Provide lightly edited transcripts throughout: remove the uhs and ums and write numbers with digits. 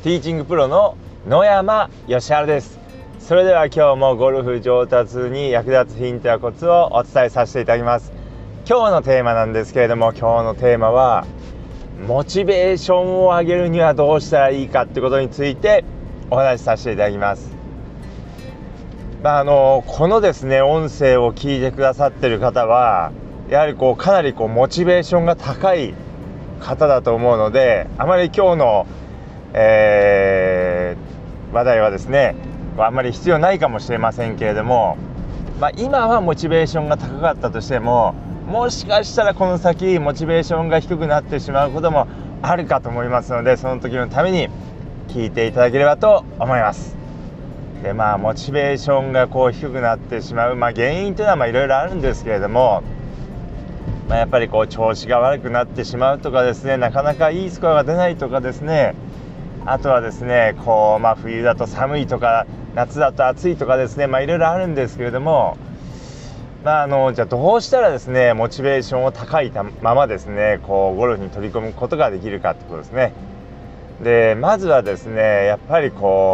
ティーチングプロの野山義晴です。それでは今日もゴルフ上達に役立つヒントやコツをお伝えさせていただきます。今日のテーマなんですけれども、今日のテーマはモチベーションを上げるにはどうしたらいいかということについてお話しさせていただきます。このですね音声を聞いてくださっている方はやはりかなりモチベーションが高い方だと思うので、あまり今日の、話題はですねあんまり必要ないかもしれませんけれども、今はモチベーションが高かったとしても、もしかしたらこの先モチベーションが低くなってしまうこともあるかと思いますので、その時のために聞いていただければと思います。でモチベーションが低くなってしまう、原因というのはいろいろあるんですけれども、やっぱり調子が悪くなってしまうとかですね、なかなかいいスコアが出ないとかですね、あとはですね冬だと寒いとか夏だと暑いとかですね、いろいろあるんですけれども、じゃあどうしたらですねモチベーションを高いままですねゴルフに取り組むことができるかってことですね。でまずはですねやっぱり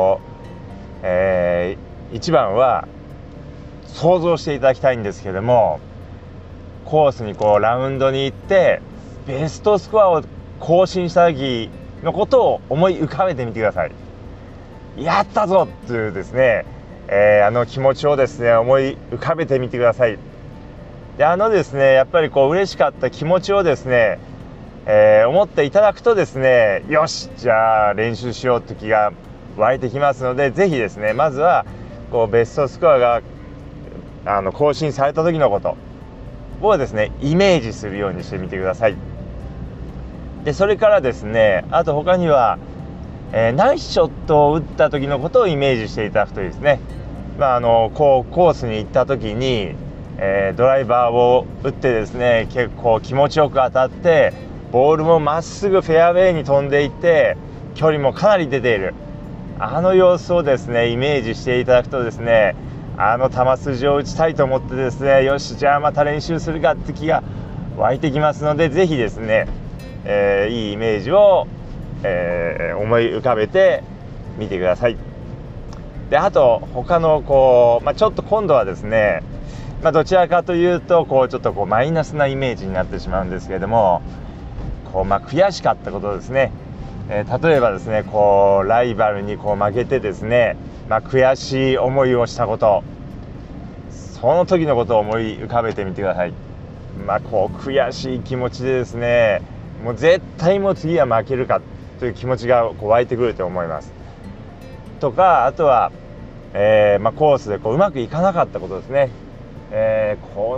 一番は想像していただきたいんですけれども、コースにラウンドに行ってベストスコアを更新した時のことを思い浮かべてみてください。やったぞっていうですね、あの気持ちをですね思い浮かべてみてください。でですねやっぱり嬉しかった気持ちをですね、思っていただくとですね、よしじゃあ練習しようって気が湧いてきますので、ぜひですねまずはベストスコアが更新された時のことをですねイメージするようにしてみてください。でそれからですね、あと他には、ナイスショットを打った時のことをイメージしていただくといいですね。コースに行った時に、ドライバーを打ってですね結構気持ちよく当たって、ボールもまっすぐフェアウェイに飛んでいって距離もかなり出ている、あの様子をですねイメージしていただくとですね、球筋を打ちたいと思ってですね、よしじゃあまた練習するかって気が湧いてきますので、ぜひですね、いいイメージを、思い浮かべてみてください。であと他のちょっと今度はですね、どちらかというとちょっとマイナスなイメージになってしまうんですけれども、悔しかったことですね。例えばですねライバルに負けてですね、悔しい思いをしたこと、その時のことを思い浮かべてみてください。悔しい気持ちでですね、もう絶対もう次は負けるかという気持ちが湧いてくると思いますとか、あとは、コースでうまくいかなかったことですね。例え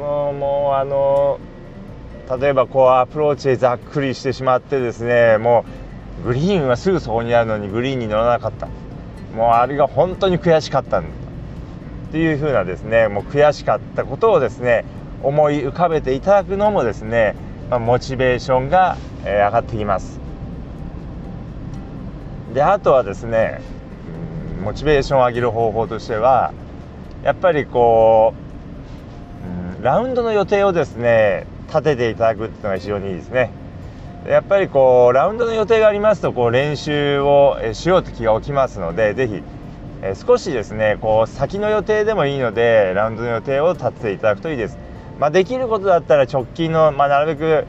ばアプローチでざっくりしてしまってですね、もうグリーンはすぐそこにあるのにグリーンに乗らなかった、もうあれが本当に悔しかったんだっていう風なですね、もう悔しかったことをですね思い浮かべていただくのもですね、モチベーションが、上がってきます。であとはですね、モチベーションを上げる方法としては、やっぱりラウンドの予定をですね立てていただくっていうのが非常にいいですね。やっぱりラウンドの予定がありますと練習をしようと気が起きますので、ぜひ少しですね先の予定でもいいのでラウンドの予定を立てていただくといいです。できることだったら直近の、なるべく、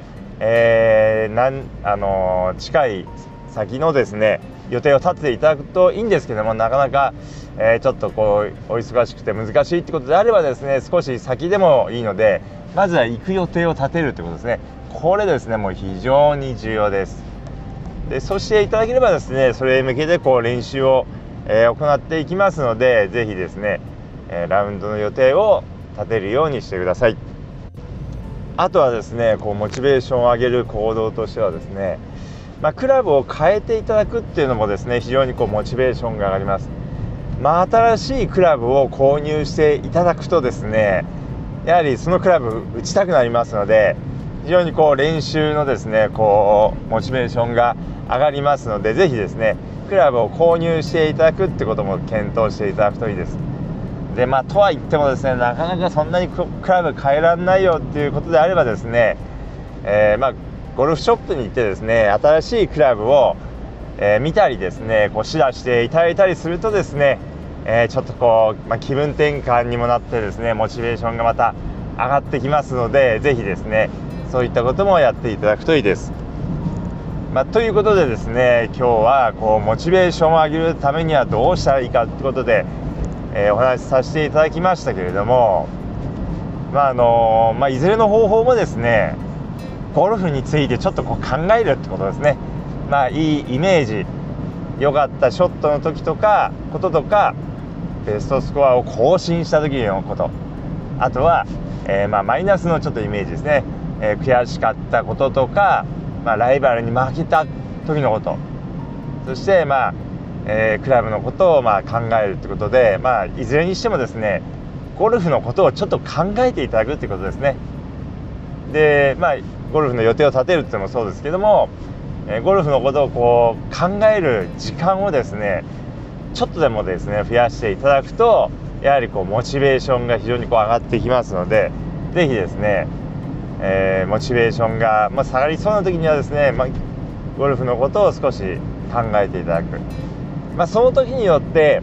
近い先のですね予定を立てていただくといいんですけども、なかなか、ちょっとお忙しくて難しいってことであればですね、少し先でもいいのでまずは行く予定を立てるってことですね。これですねもう非常に重要です。でそしていただければですね、それに向けて練習を、行っていきますので、ぜひですね、ラウンドの予定を立てるようにしてください。あとはですねモチベーションを上げる行動としてはですね、クラブを変えていただくっていうのもですね非常にモチベーションが上がります。新しいクラブを購入していただくとですね、やはりそのクラブ打ちたくなりますので、非常に練習のですねモチベーションが上がりますので、ぜひですねクラブを購入していただくってことも検討していただくといいです。でとは言ってもですね、なかなかそんなにクラブ変えられないよっていうことであればですね、ゴルフショップに行ってですね新しいクラブを見たりですね、こうシェアしていただいたりするとですね、ちょっとこう、気分転換にもなってですね、モチベーションがまた上がってきますので、ぜひですねそういったこともやっていただくといいです。ということでですね、今日はこうモチベーションを上げるためにはどうしたらいいかということで、お話しさせていただきましたけれども、いずれの方法もですね、ゴルフについてちょっとこう考えるってことですね。いいイメージ、良かったショットの時とかこととか、ベストスコアを更新した時のこと、あとは、マイナスのちょっとイメージですね、悔しかったこととか、ライバルに負けた時のこと、そして、クラブのことを考えるということで、いずれにしてもですね、ゴルフのことをちょっと考えていただくということですね。で、ゴルフの予定を立てるっていうのもそうですけども、ゴルフのことをこう考える時間をですね、ちょっとでもですね増やしていただくと、やはりこうモチベーションが非常にこう上がってきますので、ぜひですね、モチベーションが、下がりそうな時にはですね、ゴルフのことを少し考えていただく、その時によって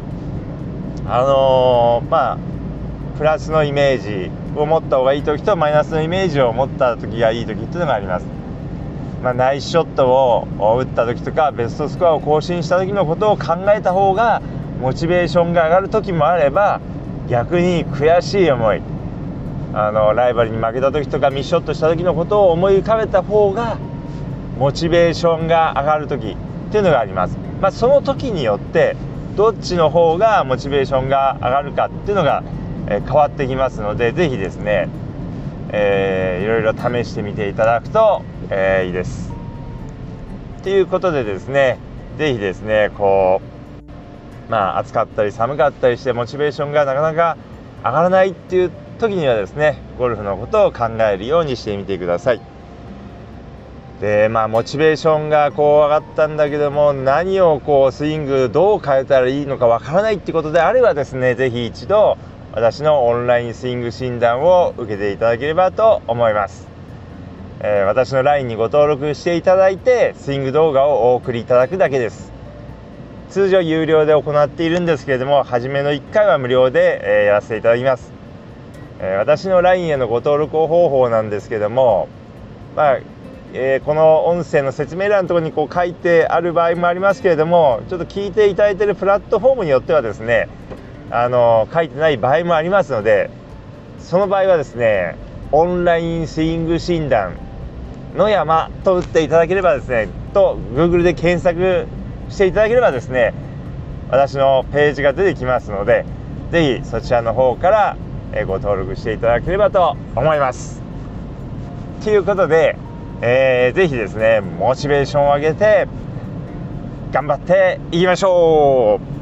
プラスのイメージを持った方がいい時と、マイナスのイメージを持った時がいい時っていうのがあります。ナイスショットを打った時とか、ベストスコアを更新した時のことを考えた方がモチベーションが上がる時もあれば、逆に悔しい思い、ライバルに負けた時とかミスショットした時のことを思い浮かべた方がモチベーションが上がる時っていうのがあります。その時によってどっちの方がモチベーションが上がるかっていうのが変わってきますので、ぜひですね、いろいろ試してみていただくと、いいです。ということでですね、ぜひですね、こう暑かったり寒かったりしてモチベーションがなかなか上がらないっていう時にはですね、ゴルフのことを考えるようにしてみてください。で、モチベーションがこう上がったんだけども、何をこうスイングどう変えたらいいのかわからないっていうことであればですね、ぜひ一度私のオンラインスイング診断を受けていただければと思います。私の LINE にご登録していただいて、スイング動画をお送りいただくだけです。通常有料で行っているんですけれども、初めの1回は無料で、やらせていただきます。私の LINE へのご登録方法なんですけども、この音声の説明欄のところにこう書いてある場合もありますけれども、ちょっと聞いていただいているプラットフォームによってはですね、書いてない場合もありますので、その場合はですね、オンラインスイング診断野山と打っていただければですね、と Google で検索していただければですね、私のページが出てきますので、ぜひそちらの方からご登録していただければと思います。ということで、ぜひですね、モチベーションを上げて頑張っていきましょう。